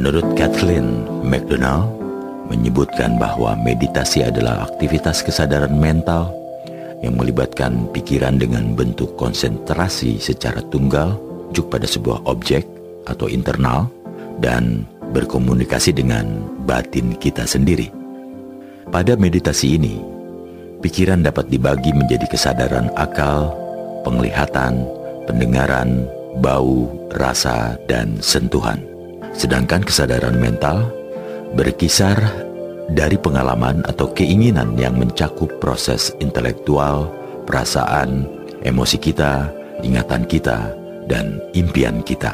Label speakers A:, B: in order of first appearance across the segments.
A: Menurut Kathleen McDonald, menyebutkan bahwa meditasi adalah aktivitas kesadaran mental yang melibatkan pikiran dengan bentuk konsentrasi secara tunggal pada sebuah objek atau internal dan berkomunikasi dengan batin kita sendiri. Pada meditasi ini, pikiran dapat dibagi menjadi kesadaran akal, penglihatan, pendengaran, bau, rasa, dan sentuhan. Sedangkan kesadaran mental berkisar dari pengalaman atau keinginan yang mencakup proses intelektual, perasaan, emosi kita, ingatan kita, dan impian kita.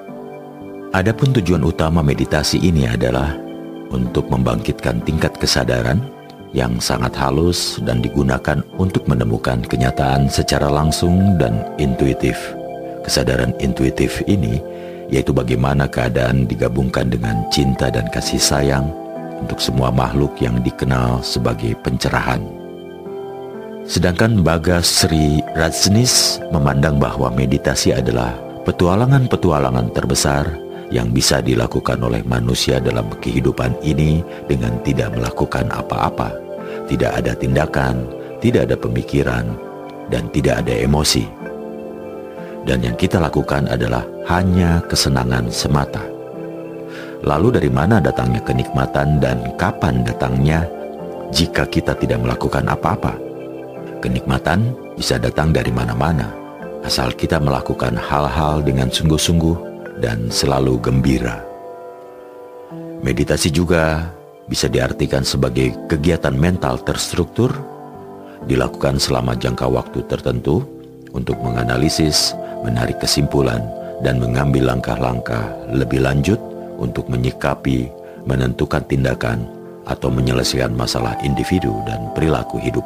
A: Adapun tujuan utama meditasi ini adalah untuk membangkitkan tingkat kesadaran yang sangat halus dan digunakan untuk menemukan kenyataan secara langsung dan intuitif. Kesadaran intuitif ini yaitu bagaimana keadaan digabungkan dengan cinta dan kasih sayang untuk semua makhluk yang dikenal sebagai pencerahan. Sedangkan Bhagas Sri Rajneesh memandang bahwa meditasi adalah petualangan-petualangan terbesar yang bisa dilakukan oleh manusia dalam kehidupan ini dengan tidak melakukan apa-apa, tidak ada tindakan, tidak ada pemikiran, dan tidak ada emosi. Dan yang kita lakukan adalah hanya kesenangan semata. Lalu dari mana datangnya kenikmatan dan kapan datangnya jika kita tidak melakukan apa-apa? Kenikmatan bisa datang dari mana-mana, asal kita melakukan hal-hal dengan sungguh-sungguh dan selalu gembira. Meditasi juga bisa diartikan sebagai kegiatan mental terstruktur, dilakukan selama jangka waktu tertentu untuk menganalisis, menarik kesimpulan, dan mengambil langkah-langkah lebih lanjut untuk menyikapi, menentukan tindakan, atau menyelesaikan masalah individu dan perilaku hidup.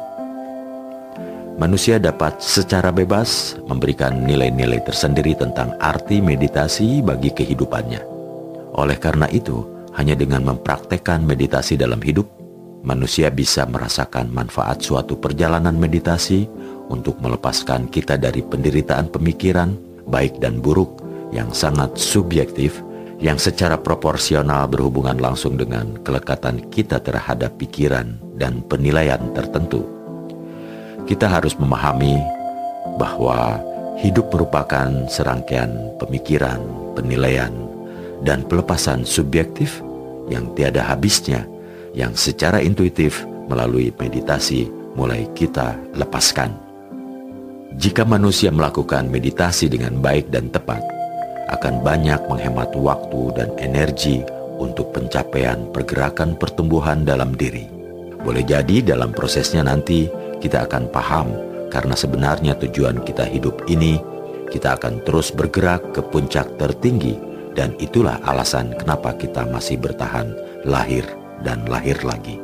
A: Manusia dapat secara bebas memberikan nilai-nilai tersendiri tentang arti meditasi bagi kehidupannya. Oleh karena itu, hanya dengan mempraktekkan meditasi dalam hidup, manusia bisa merasakan manfaat suatu perjalanan meditasi untuk melepaskan kita dari penderitaan pemikiran, baik dan buruk, yang sangat subjektif, yang secara proporsional berhubungan langsung dengan kelekatan kita terhadap pikiran dan penilaian tertentu. Kita harus memahami bahwa hidup merupakan serangkaian pemikiran, penilaian, dan pelepasan subjektif yang tiada habisnya, yang secara intuitif melalui meditasi mulai kita lepaskan. Jika manusia melakukan meditasi dengan baik dan tepat, akan banyak menghemat waktu dan energi untuk pencapaian pergerakan pertumbuhan dalam diri. Boleh jadi dalam prosesnya nanti kita akan paham karena sebenarnya tujuan kita hidup ini, kita akan terus bergerak ke puncak tertinggi, dan itulah alasan kenapa kita masih bertahan lahir dan lahir lagi.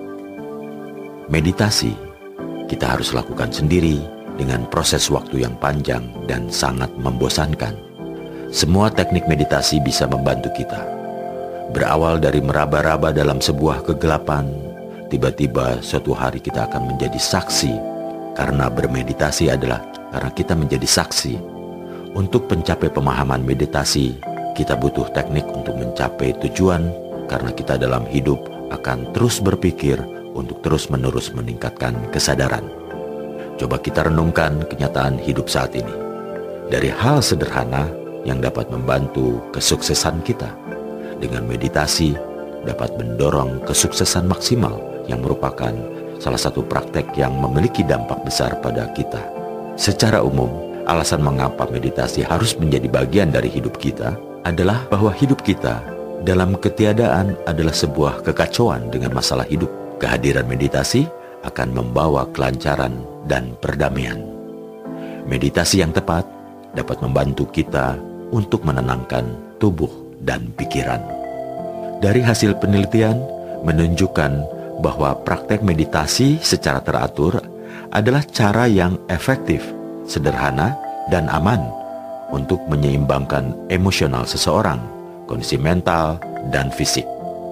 A: Meditasi kita harus lakukan sendiri dengan proses waktu yang panjang dan sangat membosankan. Semua teknik meditasi bisa membantu kita. Berawal dari meraba-raba dalam sebuah kegelapan, tiba-tiba suatu hari kita akan menjadi saksi. Karena bermeditasi adalah karena kita menjadi saksi. Untuk mencapai pemahaman meditasi, kita butuh teknik untuk mencapai tujuan, karena kita dalam hidup akan terus berpikir untuk terus-menerus meningkatkan kesadaran. Coba kita renungkan kenyataan hidup saat ini. Dari hal sederhana yang dapat membantu kesuksesan kita. Dengan meditasi dapat mendorong kesuksesan maksimal yang merupakan salah satu praktek yang memiliki dampak besar pada kita. Secara umum, alasan mengapa meditasi harus menjadi bagian dari hidup kita adalah bahwa hidup kita dalam ketiadaan adalah sebuah kekacauan dengan masalah hidup. Kehadiran meditasi akan membawa kelancaran dan perdamaian. Meditasi yang tepat dapat membantu kita untuk menenangkan tubuh dan pikiran. Dari hasil penelitian menunjukkan bahwa praktek meditasi secara teratur adalah cara yang efektif, sederhana, dan aman untuk menyeimbangkan emosional seseorang, kondisi mental, dan fisik.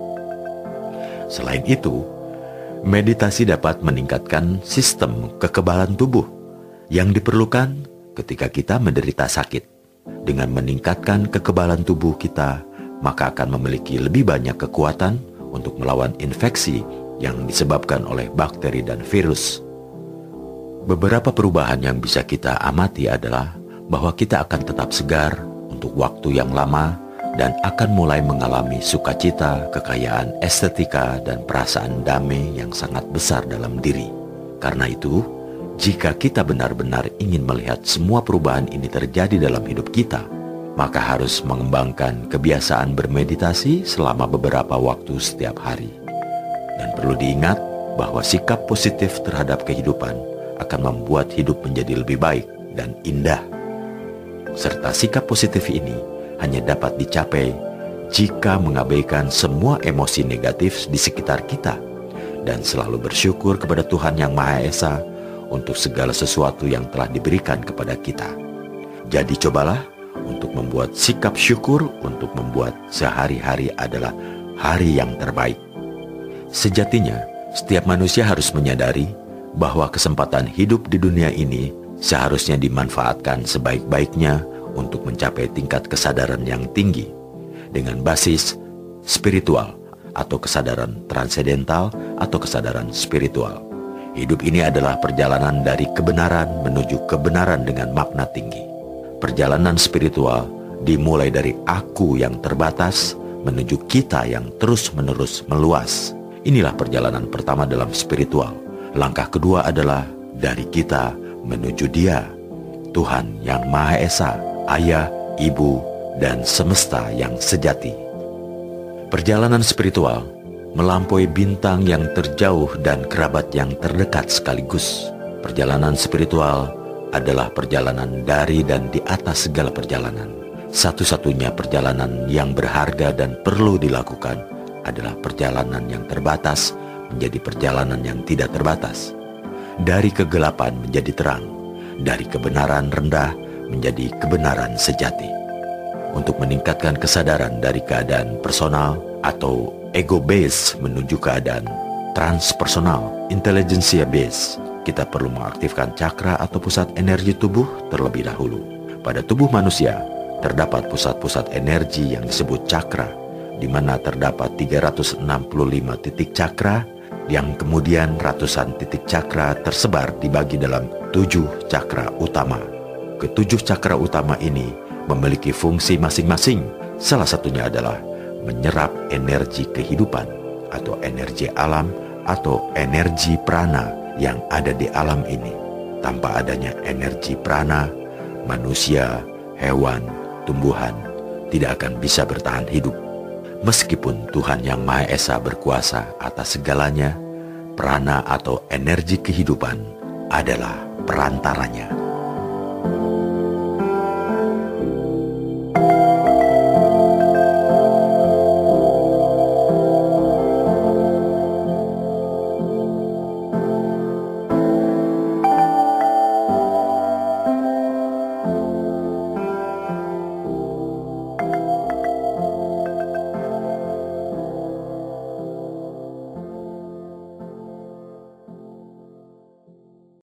A: Selain itu, meditasi dapat meningkatkan sistem kekebalan tubuh yang diperlukan ketika kita menderita sakit. Dengan meningkatkan kekebalan tubuh kita, maka akan memiliki lebih banyak kekuatan untuk melawan infeksi yang disebabkan oleh bakteri dan virus. Beberapa perubahan yang bisa kita amati adalah bahwa kita akan tetap segar untuk waktu yang lama dan akan mulai mengalami sukacita, kekayaan estetika, dan perasaan damai yang sangat besar dalam diri. Karena itu, jika kita benar-benar ingin melihat semua perubahan ini terjadi dalam hidup kita, maka harus mengembangkan kebiasaan bermeditasi selama beberapa waktu setiap hari. Dan perlu diingat bahwa sikap positif terhadap kehidupan akan membuat hidup menjadi lebih baik dan indah. Serta sikap positif ini hanya dapat dicapai jika mengabaikan semua emosi negatif di sekitar kita dan selalu bersyukur kepada Tuhan Yang Maha Esa untuk segala sesuatu yang telah diberikan kepada kita. Jadi cobalah untuk membuat sikap syukur untuk membuat sehari-hari adalah hari yang terbaik. Sejatinya, setiap manusia harus menyadari bahwa kesempatan hidup di dunia ini seharusnya dimanfaatkan sebaik-baiknya untuk mencapai tingkat kesadaran yang tinggi dengan basis spiritual atau kesadaran transendental atau kesadaran spiritual. Hidup ini adalah perjalanan dari kebenaran menuju kebenaran dengan makna tinggi. Perjalanan spiritual dimulai dari aku yang terbatas menuju kita yang terus-menerus meluas. Inilah perjalanan pertama dalam spiritual. Langkah kedua adalah dari kita menuju Dia, Tuhan Yang Maha Esa, Ayah, Ibu, dan semesta yang sejati. Perjalanan spiritual melampaui bintang yang terjauh dan kerabat yang terdekat sekaligus. Perjalanan spiritual adalah perjalanan dari dan di atas segala perjalanan. Satu-satunya perjalanan yang berharga dan perlu dilakukan adalah perjalanan yang terbatas menjadi perjalanan yang tidak terbatas. Dari kegelapan menjadi terang, dari kebenaran rendah menjadi kebenaran sejati. Untuk meningkatkan kesadaran dari keadaan personal atau ego base menuju keadaan transpersonal, intelligentsia base, kita perlu mengaktifkan cakra atau pusat energi tubuh terlebih dahulu. Pada tubuh manusia terdapat pusat-pusat energi yang disebut cakra, di mana terdapat 365 titik cakra yang kemudian ratusan titik cakra tersebar dibagi dalam 7 cakra utama. Ketujuh cakra utama ini memiliki fungsi masing-masing. Salah satunya adalah menyerap energi kehidupan atau energi alam atau energi prana yang ada di alam ini. Tanpa adanya energi prana, manusia, hewan, tumbuhan tidak akan bisa bertahan hidup. Meskipun Tuhan Yang Maha Esa berkuasa atas segalanya, prana atau energi kehidupan adalah perantaranya.